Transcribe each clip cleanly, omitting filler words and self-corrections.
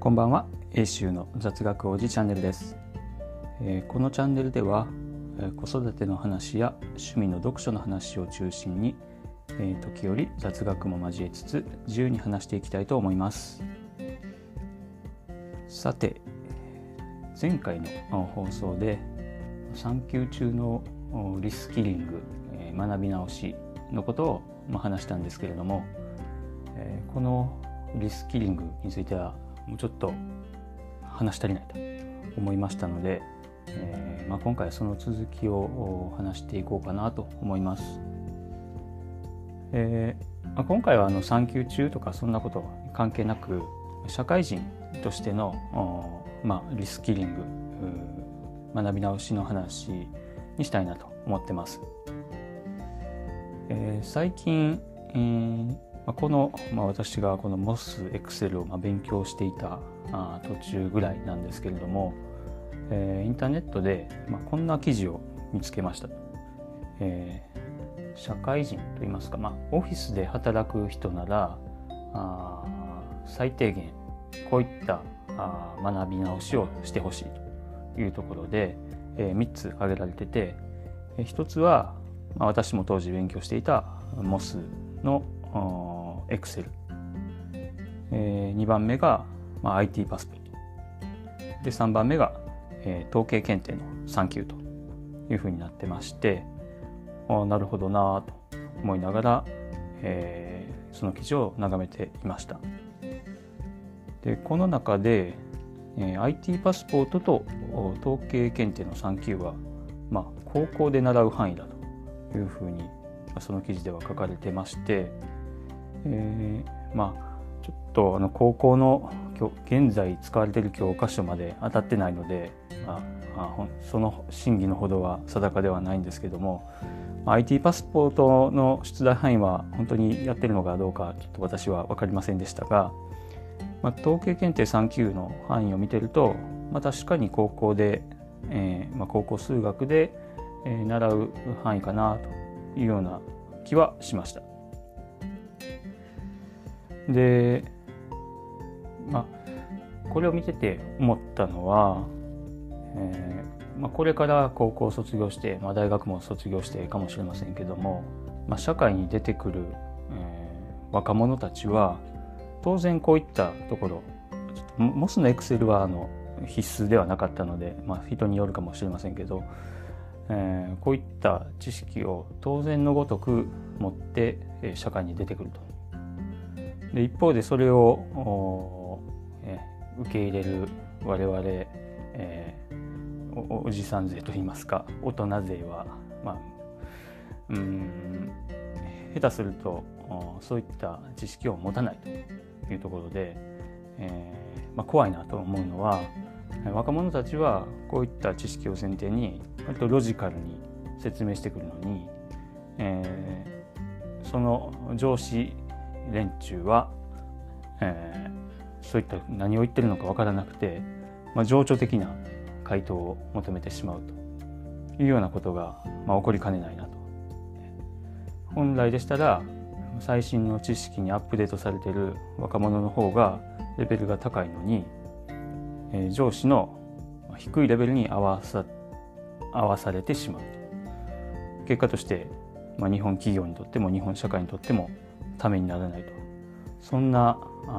こんばんは。英州の雑学王子チャンネルです。このチャンネルでは子育ての話や趣味の読書の話を中心に時折雑学も交えつつ自由に話していきたいと思います。さて、前回の放送で産休中のリスキリング、学び直しのことを話したんですけれども、このリスキリングについてはもうちょっと話し足りないと思いましたので、今回はその続きを話していこうかなと思います。今回は産休中とかそんなこと関係なく社会人としてのリスキリング、学び直しの話にしたいなと思ってます。最近、私がこの MOS、Excel を勉強していた途中ぐらいなんですけれども、インターネットで、こんな記事を見つけました。社会人といいますか、オフィスで働く人なら最低限こういった学び直しをしてほしいというところで、3つ挙げられてて、1つは、私も当時勉強していた MOS のExcel、2番目が、IT パスポートで、3番目が、統計検定の3級というふうになってまして、なるほどなと思いながら、その記事を眺めていました。でこの中で、IT パスポートと統計検定の3級は、高校で習う範囲だというふうにその記事では書かれてまして、ちょっと高校の現在使われている教科書まで当たってないので、その真偽のほどは定かではないんですけども、IT パスポートの出題範囲は本当にやってるのかどうかちょっと私は分かりませんでしたが、統計検定3級の範囲を見てると、確かに高校で、高校数学で、習う範囲かなというような気はしました。で、これを見てて思ったのは、これから高校を卒業して、大学も卒業してかもしれませんけども、社会に出てくる、若者たちは当然こういったところ、MOS の Excel は必須ではなかったので、人によるかもしれませんけど、こういった知識を当然のごとく持って社会に出てくると。で一方でそれを受け入れる我々、おじさん勢といいますか大人勢は、下手するとそういった知識を持たないというところで、怖いなと思うのは、若者たちはこういった知識を前提に割とロジカルに説明してくるのに、その上司連中は、そういった何を言ってるのか分からなくて、情緒的な回答を求めてしまうというようなことが、起こりかねないなと。本来でしたら最新の知識にアップデートされている若者の方がレベルが高いのに、上司の低いレベルに合わされてしまう。結果として、日本企業にとっても日本社会にとってもためにならないと。そんな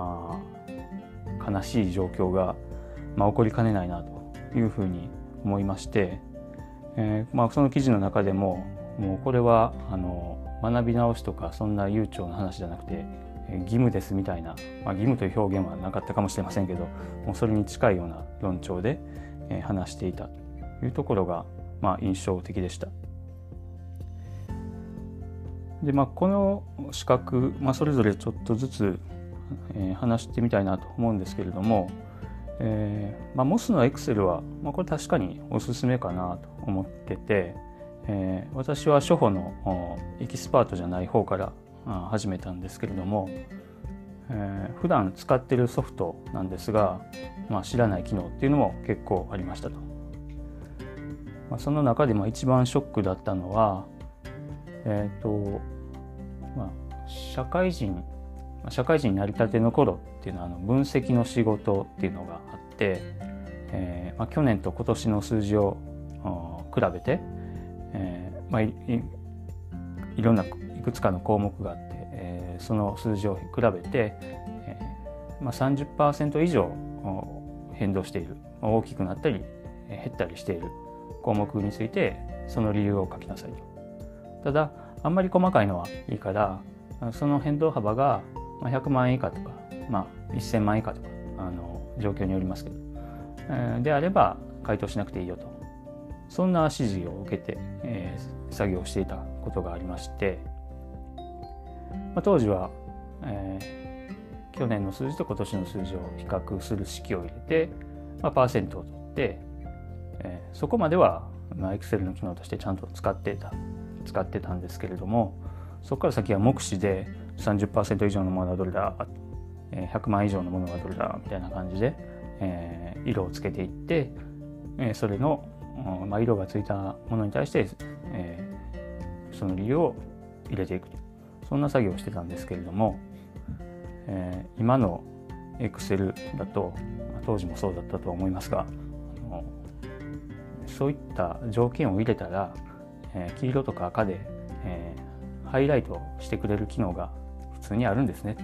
悲しい状況が、起こりかねないなというふうに思いまして、その記事の中でも、もうこれは学び直しとかそんな悠長な話じゃなくて義務ですみたいな、義務という表現はなかったかもしれませんけど、もうそれに近いような論調で話していたというところが、印象的でした。で、この資格、それぞれちょっとずつ、話してみたいなと思うんですけれども、MOS の Excel は、これ確かにおすすめかなと思ってて、私は初歩のエキスパートじゃない方から始めたんですけれども、普段使ってるソフトなんですが、知らない機能っていうのも結構ありましたと。その中でも一番ショックだったのは、社会人社会人になりたての頃っていうのは分析の仕事っていうのがあって、去年と今年の数字を比べて、いろんないくつかの項目があって、その数字を比べて、30% 以上変動している、大きくなったり減ったりしている項目についてその理由を書きなさいと。ただあんまり細かいのはいいから、その変動幅が100万円以下とか、1000万円以下とか状況によりますけど、であれば回答しなくていいよと、そんな指示を受けて、作業していたことがありまして、当時は、去年の数字と今年の数字を比較する式を入れて、パーセントを取って、そこまではExcel の機能としてちゃんと使ってたんですけれども、そこから先は目視で 30% 以上のものはどれだ、100万以上のものはどれだみたいな感じで、色をつけていって、それの、色がついたものに対して、その理由を入れていくと、そんな作業をしてたんですけれども、今の Excel だと、当時もそうだったと思いますが、そういった条件を入れたら、黄色とか赤で、ハイライトしてくれる機能が普通にあるんですね。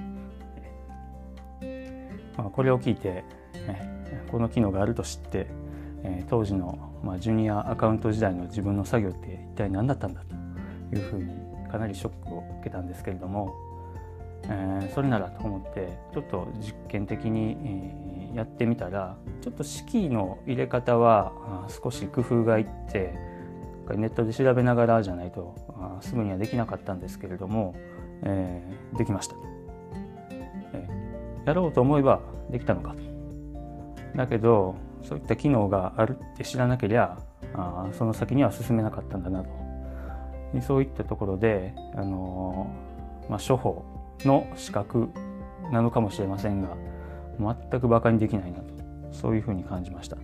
これを聞いて、この機能があると知って、当時の、ジュニアアカウント時代の自分の作業って一体何だったんだというふうにかなりショックを受けたんですけれども、それならと思ってちょっと実験的に、やってみたら、ちょっと式の入れ方は少し工夫がいって、ネットで調べながらじゃないとすぐにはできなかったんですけれども、できました。やろうと思えばできたのかと。だけどそういった機能があるって知らなければその先には進めなかったんだなと。そういったところで、処方の資格なのかもしれませんが、全くバカにできないなと、そういうふうに感じました。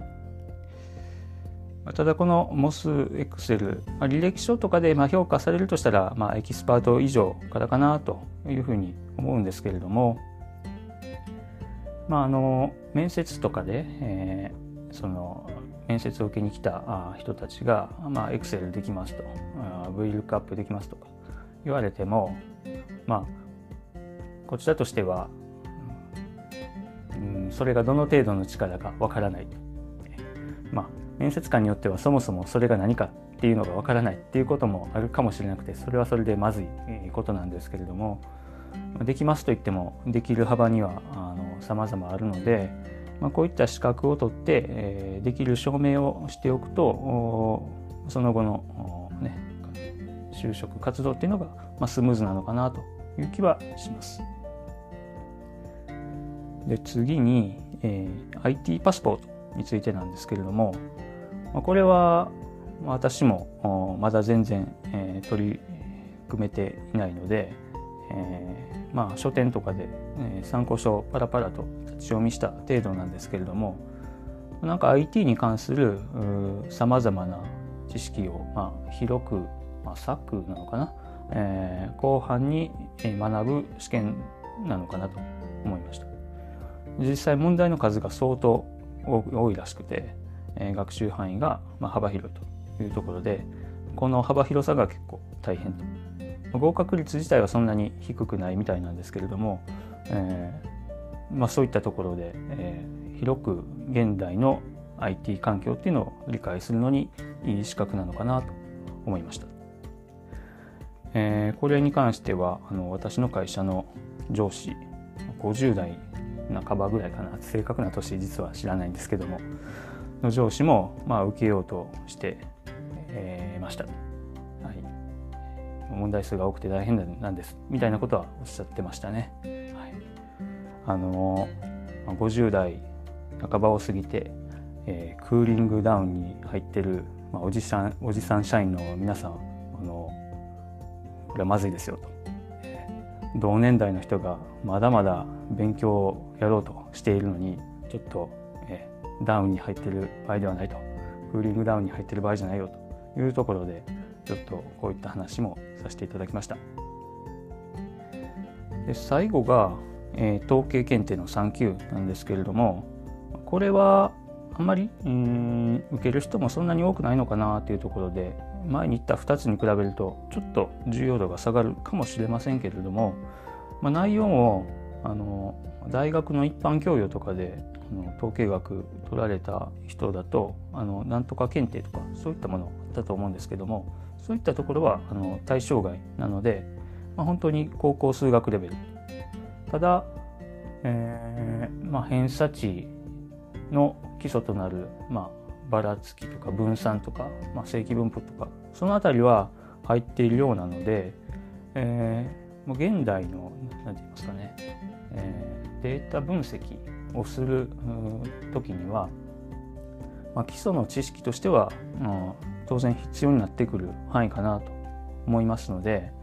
ただこの MOS Excel、履歴書とかで評価されるとしたら、エキスパート以上からかなというふうに思うんですけれども、面接とかで、その面接を受けに来た人たちが、Excel できますと、VLOOKUP できますとか言われても、こちらとしては、それがどの程度の力かわからない。面接官によってはそもそもそれが何かっていうのがわからないっていうこともあるかもしれなくて、それはそれでまずいことなんですけれども、できますと言ってもできる幅には様々あるので、こういった資格を取って、できる証明をしておくと、その後の、就職活動っていうのが、スムーズなのかなという気はします。で、次に、IT パスポートについてなんですけれども、これは私もまだ全然、取り組めていないので、書店とかで、参考書をパラパラと立ち読みした程度なんですけれども、IT に関するさまざまな知識を、広く、サクなのかな、広範に学ぶ試験なのかなと思いました。実際問題の数が相当多いらしくて、学習範囲が幅広いというところで、この幅広さが結構大変と。合格率自体はそんなに低くないみたいなんですけれども、そういったところで、広く現代の IT 環境っていうのを理解するのにいい資格なのかなと思いました。これに関しては私の会社の上司、50代半ばぐらいかな、正確な年実は知らないんですけども、の上司も受けようとして、ました。問題数が多くて大変なんですみたいなことはおっしゃってましたね。50代半ばを過ぎて、クーリングダウンに入ってる、おじさん社員の皆さん、これはまずいですよと。同年代の人がまだまだ勉強をやろうとしているのに、ちょっと、ダウンに入ってる場合ではないと、クーリングダウンに入ってる場合じゃないよというところで、ちょっとこういった話もさせていただきました。 で最後が、統計検定の3級なんですけれども、これはあんまり受ける人もそんなに多くないのかなというところで、前に言った2つに比べるとちょっと重要度が下がるかもしれませんけれども、内容も大学の一般教養とかで統計学取られた人だとなんとか検定とかそういったものだと思うんですけども、そういったところは対象外なので、本当に高校数学レベル。ただ、偏差値の基礎となる、ばらつきとか分散とか、正規分布とかそのあたりは入っているようなので、現代の何て言いますかね、データ分析をする時には、基礎の知識としては、当然必要になってくる範囲かなと思いますので、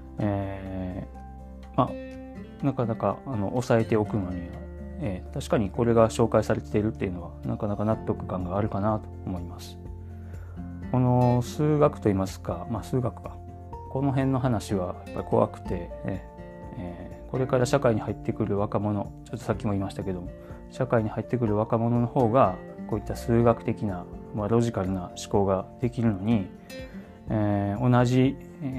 なかなか抑えておくのには、確かにこれが紹介されているっていうのはなかなか納得感があるかなと思います。この数学といいますか、数学か、この辺の話はやっぱり怖くて、これから社会に入ってくる若者、ちょっとさっきも言いましたけども、社会に入ってくる若者の方がこういった数学的な、ロジカルな思考ができるのに、同じ、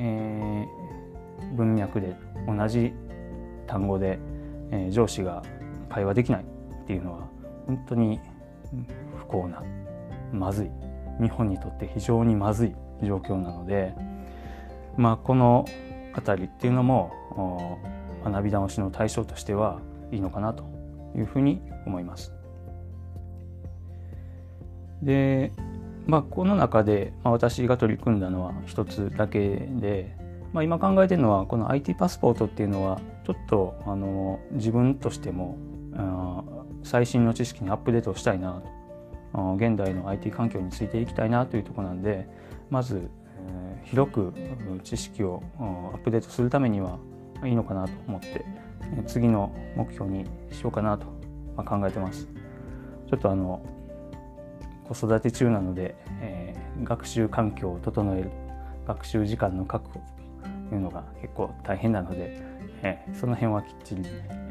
文脈で同じ単語で、上司が会話できないっていうのは本当に不幸な、まずい、日本にとって非常にまずい状況なので、このあたりっていうのも学び直しの対象としてはいいのかなというふうに思います。で、この中で、私が取り組んだのは一つだけで、今考えているのはこの IT パスポートっていうのはちょっと自分としても最新の知識にアップデートをしたいなと、現代の IT 環境についていきたいなというところなんで、まず広く知識をアップデートするためにはいいのかなと思って、次の目標にしようかなと考えてます。ちょっと子育て中なので、学習環境を整える、学習時間の確保というのが結構大変なので、その辺はきっちり、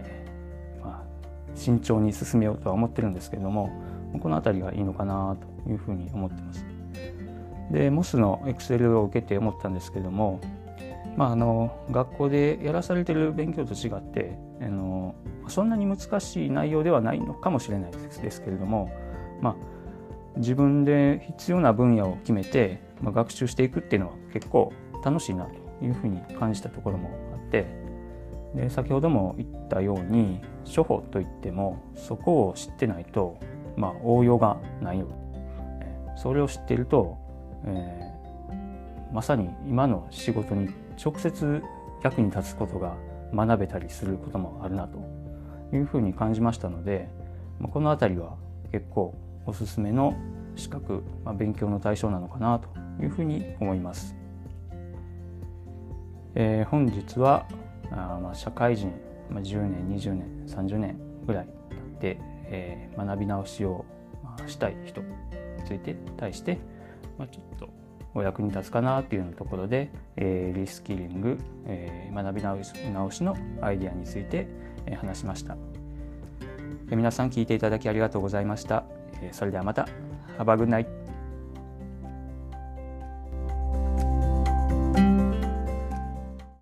慎重に進めようとは思ってるんですけれども、このあたりがいいのかなというふうに思ってます。で、MOS の Excel を受けて思ったんですけれども、学校でやらされている勉強と違って、そんなに難しい内容ではないのかもしれないですけれども、自分で必要な分野を決めて、学習していくっていうのは結構楽しいなというふうに感じたところもあって、で先ほども言ったように処方といってもそこを知ってないと、応用がないよ。それを知っていると、まさに今の仕事に直接役に立つことが学べたりすることもあるなというふうに感じましたので、このあたりは結構おすすめの資格、勉強の対象なのかなというふうに思います。本日は社会人10年、20年、30年ぐらい経って、学び直しをしたい人に対して、ちょっとお役に立つかなというところで、リスキリング、学び直しのアイデアについて話しました。皆さん聞いていただきありがとうございました。それではまた。Have a good night.